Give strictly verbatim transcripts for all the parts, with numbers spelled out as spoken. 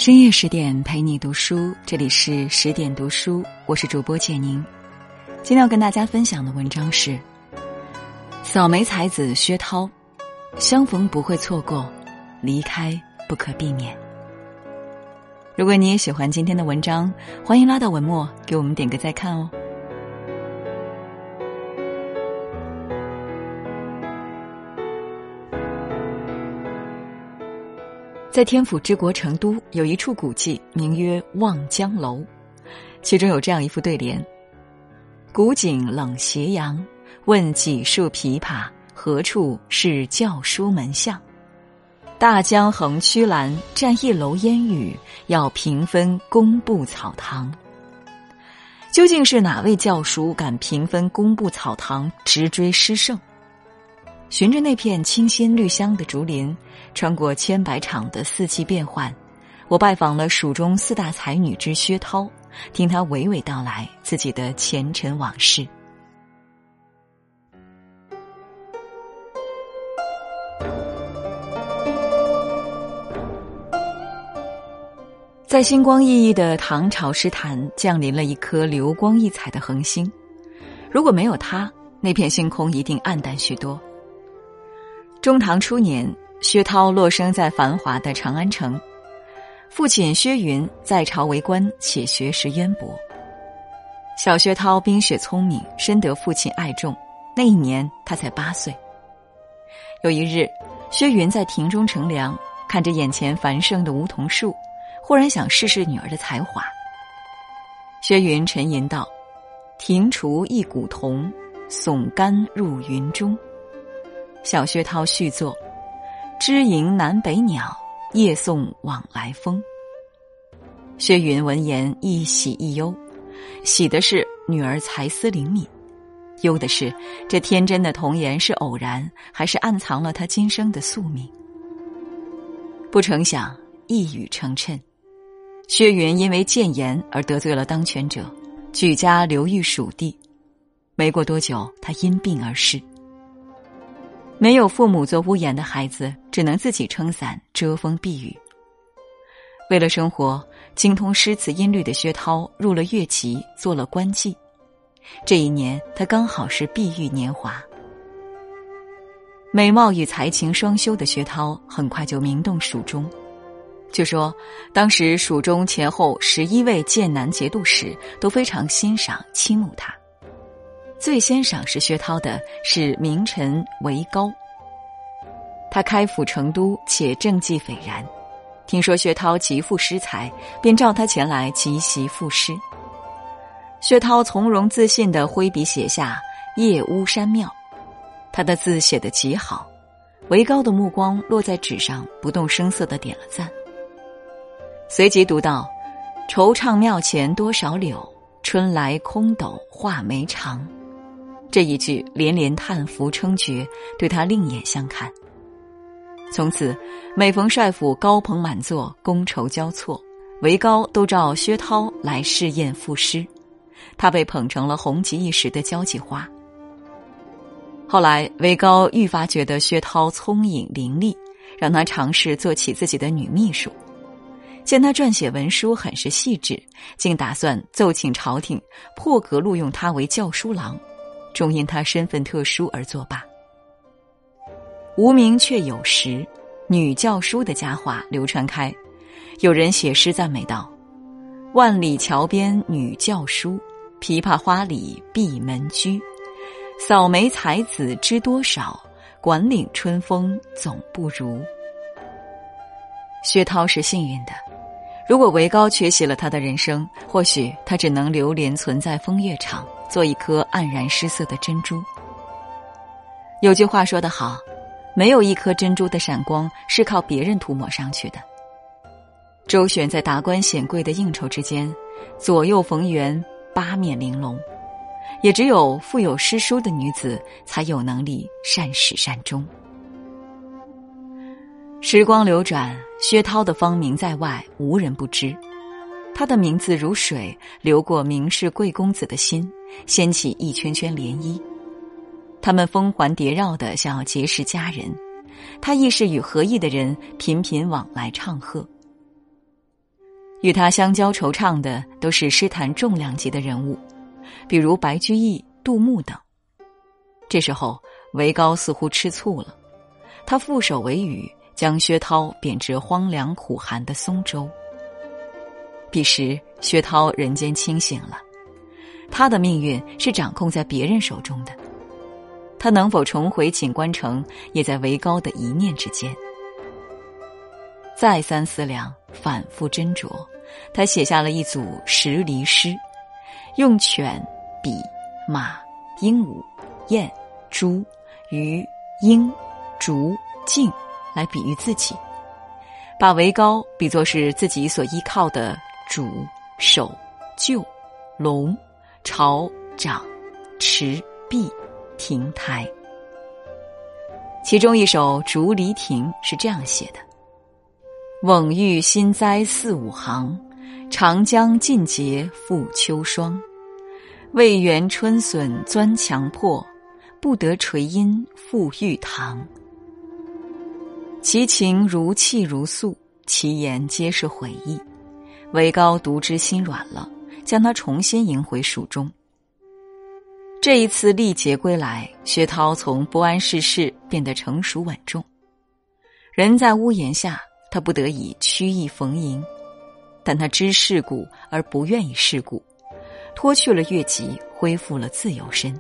深夜十点陪你读书，这里是十点读书，我是主播简宁。今天要跟大家分享的文章是扫眉才子薛涛，相逢不会错过，离开不可避免。如果你也喜欢今天的文章，欢迎拉到文末给我们点个再看哦。在天府之国成都有一处古迹，名曰望江楼，其中有这样一副对联：古井冷斜阳，问几树枇杷，何处是教书门巷？大江横曲栏，占一楼烟雨，要平分工部草堂。究竟是哪位教书敢平分工部草堂，直追诗圣？循着那片清新绿香的竹林，穿过千百场的四季变换，我拜访了蜀中四大才女之薛涛，听她娓娓道来自己的前尘往事。在星光熠熠的唐朝诗坛降临了一颗流光溢彩的恒星，如果没有它，那片星空一定暗淡许多。中唐初年，薛涛落生在繁华的长安城，父亲薛云在朝为官，且学识渊博。小薛涛冰雪聪明，深得父亲爱重，那一年他才八岁。有一日，薛云在庭中乘凉，看着眼前繁盛的梧桐树，忽然想试试女儿的才华。薛云沉吟道：庭除一古桐，耸干入云中。小薛涛续作：知迎南北鸟，夜送往来风。薛云闻言一喜一忧，喜的是女儿才思灵敏，忧的是这天真的童言是偶然，还是暗藏了他今生的宿命。不成想一语成谶，薛云因为谏言而得罪了当权者，举家流寓蜀地。没过多久，他因病而逝。没有父母做屋檐的孩子，只能自己撑伞遮风避雨。为了生活，精通诗词音律的薛涛入了乐籍，做了官妓。这一年，他刚好是碧玉年华。美貌与才情双修的薛涛很快就名动蜀中。据说，当时蜀中前后十一位剑南节度使都非常欣赏倾慕他。最先赏识薛涛的是名臣韦高，他开府成都，且政绩斐然。听说薛涛极富诗才，便召他前来集习赋诗。薛涛从容自信地挥笔写下《夜巫山庙》，他的字写得极好，韦高的目光落在纸上，不动声色地点了赞。随即读到：惆怅庙前多少柳，春来空斗画眉长。这一句连连叹服称绝，对他另眼相看。从此每逢帅府高朋满座，觥筹交错，韦高都召薛涛来试验赋诗，他被捧成了红极一时的交际花。后来韦高愈发觉得薛涛聪颖伶俐，让他尝试做起自己的女秘书。见他撰写文书很是细致，竟打算奏请朝廷破格录用他为校书郎，终因他身份特殊而作罢。无名却有实，女教书的佳话流传开，有人写诗赞美道：万里桥边女教书，枇杷花里闭门居。扫眉才子知多少，管领春风总不如。薛涛是幸运的，如果韦高缺席了他的人生，或许他只能流连存在风月场，做一颗黯然失色的珍珠。有句话说得好，没有一颗珍珠的闪光是靠别人涂抹上去的。周旋在达官显贵的应酬之间，左右逢源，八面玲珑，也只有富有诗书的女子才有能力善始善终。时光流转，薛涛的芳名在外，无人不知。他的名字如水流过名士贵公子的心，掀起一圈圈涟漪。他们风环蝶绕地想要结识佳人，他亦是与合意的人频频往来唱和。 与他相交惆怅的都是诗坛重量级的人物，比如白居易、杜牧等。这时候韦高似乎吃醋了，他负手为雨，将薛涛贬至荒凉苦寒的松州。彼时薛涛人间清醒了，他的命运是掌控在别人手中的，他能否重回锦官城，也在韦高的一念之间。再三思量，反复斟酌，他写下了一组十离诗，用犬、比、马、鹦鹉、雁、猪、鱼、鹰、竹、镜来比喻自己，把韦高比作是自己所依靠的主、守、旧、龙、朝、长、池、壁、亭台。其中一首《竹篱亭》是这样写的：蓊郁新栽四五行，长江尽节复秋霜。未园春笋钻墙破，不得垂阴复玉堂。其情如泣如诉，其言皆是悔意。韦高读之心软了，将他重新迎回蜀中。这一次历劫归来，薛涛从不谙世事变得成熟稳重。人在屋檐下，他不得已曲意逢迎，但他知世故而不愿意世故，脱去了越级，恢复了自由身。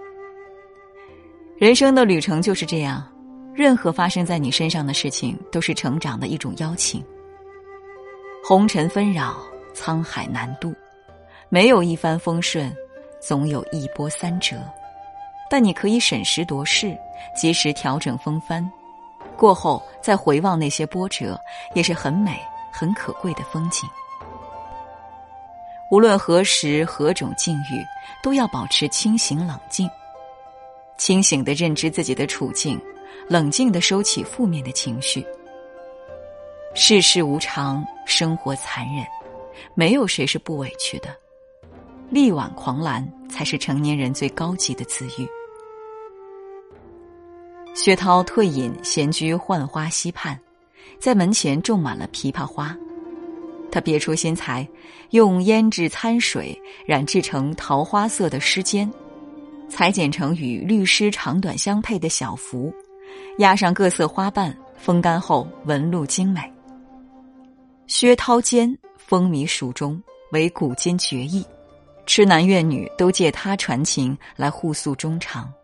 人生的旅程就是这样，任何发生在你身上的事情都是成长的一种邀请。红尘纷扰，沧海难渡，没有一帆风顺，总有一波三折。但你可以审时度势，及时调整风帆，过后再回望那些波折，也是很美很可贵的风景。无论何时何种境遇，都要保持清醒冷静，清醒地认知自己的处境，冷静地收起负面的情绪。世事无常，生活残忍，没有谁是不委屈的。力挽狂澜才是成年人最高级的自愈。薛涛退隐闲居浣花溪畔，在门前种满了枇杷花。他别出心裁，用胭脂掺水染制成桃花色的诗笺，裁剪成与绿诗长短相配的小幅，压上各色花瓣，风干后纹路精美。薛涛笺风靡蜀中，为古今绝艺，痴男怨女都借他传情来互诉衷肠。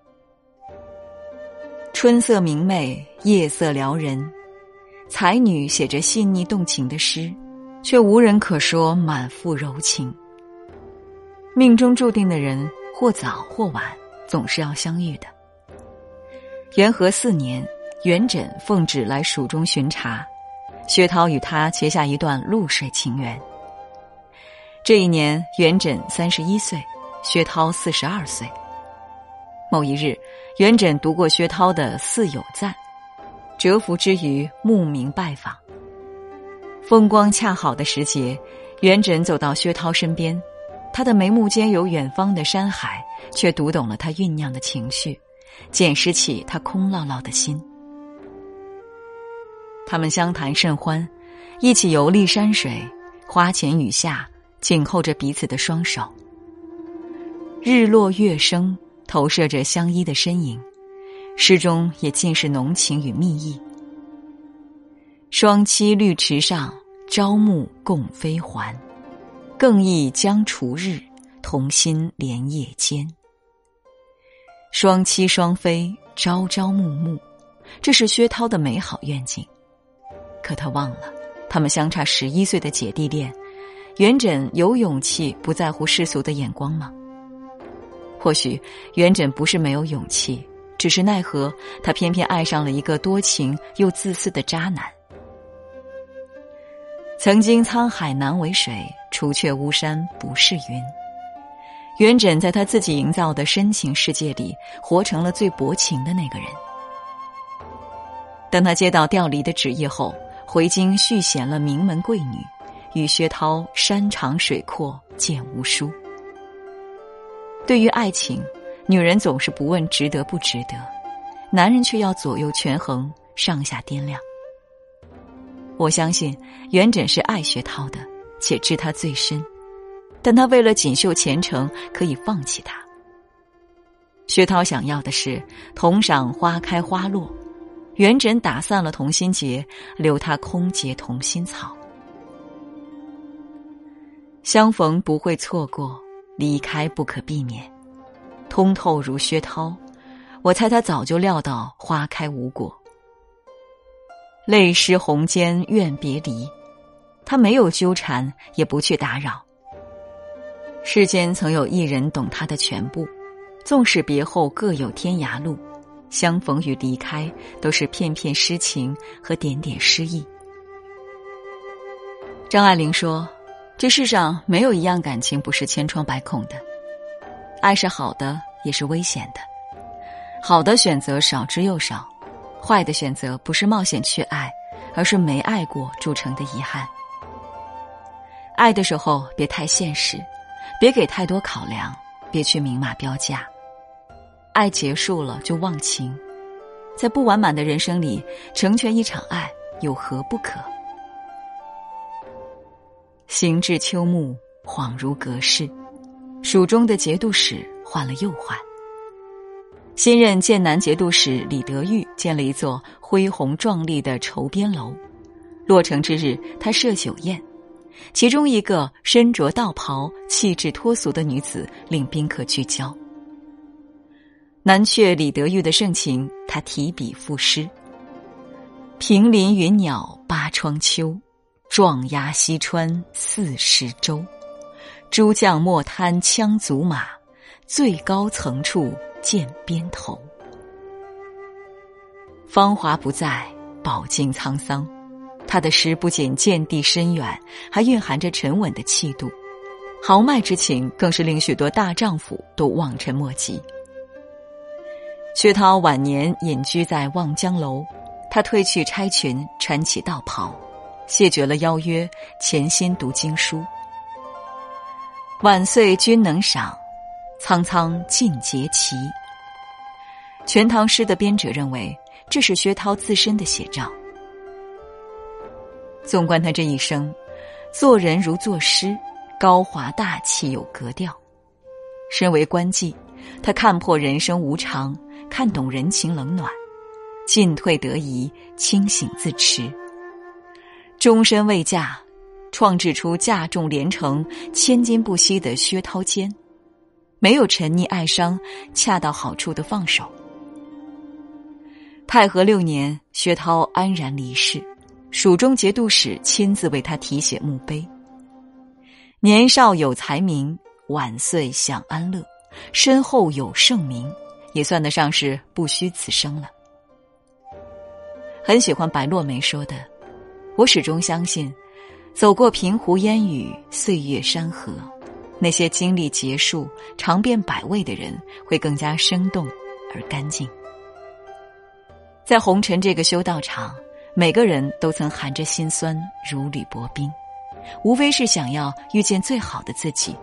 春色明媚，夜色撩人，才女写着细腻动情的诗，却无人可说满腹柔情。命中注定的人，或早或晚，总是要相遇的。元和四年，元稹奉旨来蜀中巡查，薛涛与他结下一段露水情缘。这一年，元稹三十一岁，薛涛四十二岁。某一日，元稹读过薛涛的《四友赞》，折服之余，慕名拜访。风光恰好的时节，元稹走到薛涛身边，他的眉目间有远方的山海，却读懂了他酝酿的情绪，捡拾起他空落落的心。他们相谈甚欢，一起游历山水，花前雨下，紧扣着彼此的双手。日落月升，投射着相依的身影，诗中也尽是浓情与蜜意。双栖绿池上，朝暮共飞还。更忆将除日，同心连夜间。双栖双飞，朝朝暮暮，这是薛涛的美好愿景。可他忘了，他们相差十一岁的姐弟恋，元稹有勇气不在乎世俗的眼光吗？或许元稹不是没有勇气，只是奈何他偏偏爱上了一个多情又自私的渣男。曾经沧海难为水，除却巫山不是云。元稹在他自己营造的深情世界里，活成了最薄情的那个人。当他接到调离的旨意后，回京续衔了名门贵女，与薛涛山长水阔，见无书。对于爱情，女人总是不问值得不值得，男人却要左右权衡，上下掂量。我相信元稹是爱薛涛的， 且知他最深，但他为了锦绣前程，可以放弃他。薛涛想要的是同赏花开花落，元稹打散了同心结，留他空结同心草。相逢不会错过，离开不可避免。通透如薛涛，我猜他早就料到花开无果。泪湿红笺愿别离，他没有纠缠，也不去打扰。世间曾有一人懂他的全部，纵使别后各有天涯路，相逢与离开都是片片诗情和点点诗意。张爱玲说，这世上没有一样感情不是千疮百孔的，爱是好的也是危险的，好的选择少之又少，坏的选择不是冒险去爱，而是没爱过铸成的遗憾。爱的时候别太现实，别给太多考量，别去明码标价。爱结束了就忘情，在不完满的人生里，成全一场爱有何不可？行至秋暮，恍如隔世，蜀中的节度使换了又换。新任剑南节度使李德裕建了一座恢宏壮丽的绸边楼，落成之日，他设酒宴，其中一个身着道袍、气质脱俗的女子令宾客聚焦。南阙李德裕的盛情，他提笔赋诗：平林云鸟八窗秋，壮压西川四十州。诸将莫贪枪足马，最高层处见边头。芳华不在，饱经沧桑，他的诗不仅见地深远，还蕴含着沉稳的气度，豪迈之情更是令许多大丈夫都望尘莫及。薛涛晚年隐居在望江楼，他褪去钗裙，穿起道袍，谢绝了邀约，潜心读经书。晚岁君能赏，苍苍尽节期。全唐诗的编者认为，这是薛涛自身的写照。纵观他这一生，做人如作诗，高华大气有格调。身为官妓，他看破人生无常，看懂人情冷暖，进退得宜，清醒自持。终身未嫁，创制出嫁重连城、千金不息的薛涛坚，没有沉溺爱伤，恰到好处的放手。太和六年，薛涛安然离世，蜀中节度使亲自为他题写墓碑。年少有才名，晚岁享安乐，身后有盛名，也算得上是不虚此生了。很喜欢白落梅说的，我始终相信，走过平湖烟雨，岁月山河，那些经历劫数、尝遍百味的人，会更加生动而干净。在红尘这个修道场，每个人都曾含着心酸，如履薄冰，无非是想要遇见最好的自己。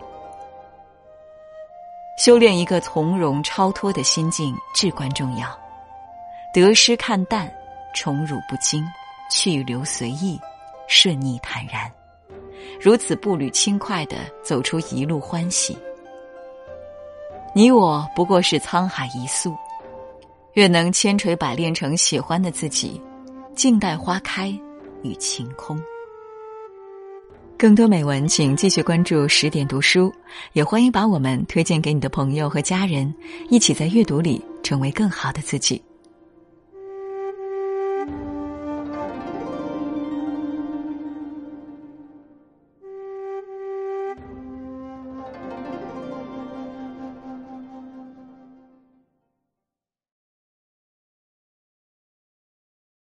修炼一个从容超脱的心境至关重要，得失看淡，宠辱不惊，去留随意，顺逆坦然，如此步履轻快地走出一路欢喜。你我不过是沧海一粟，愿能千锤百炼成喜欢的自己，静待花开与晴空。更多美文请继续关注十点读书，也欢迎把我们推荐给你的朋友和家人，一起在阅读里成为更好的自己。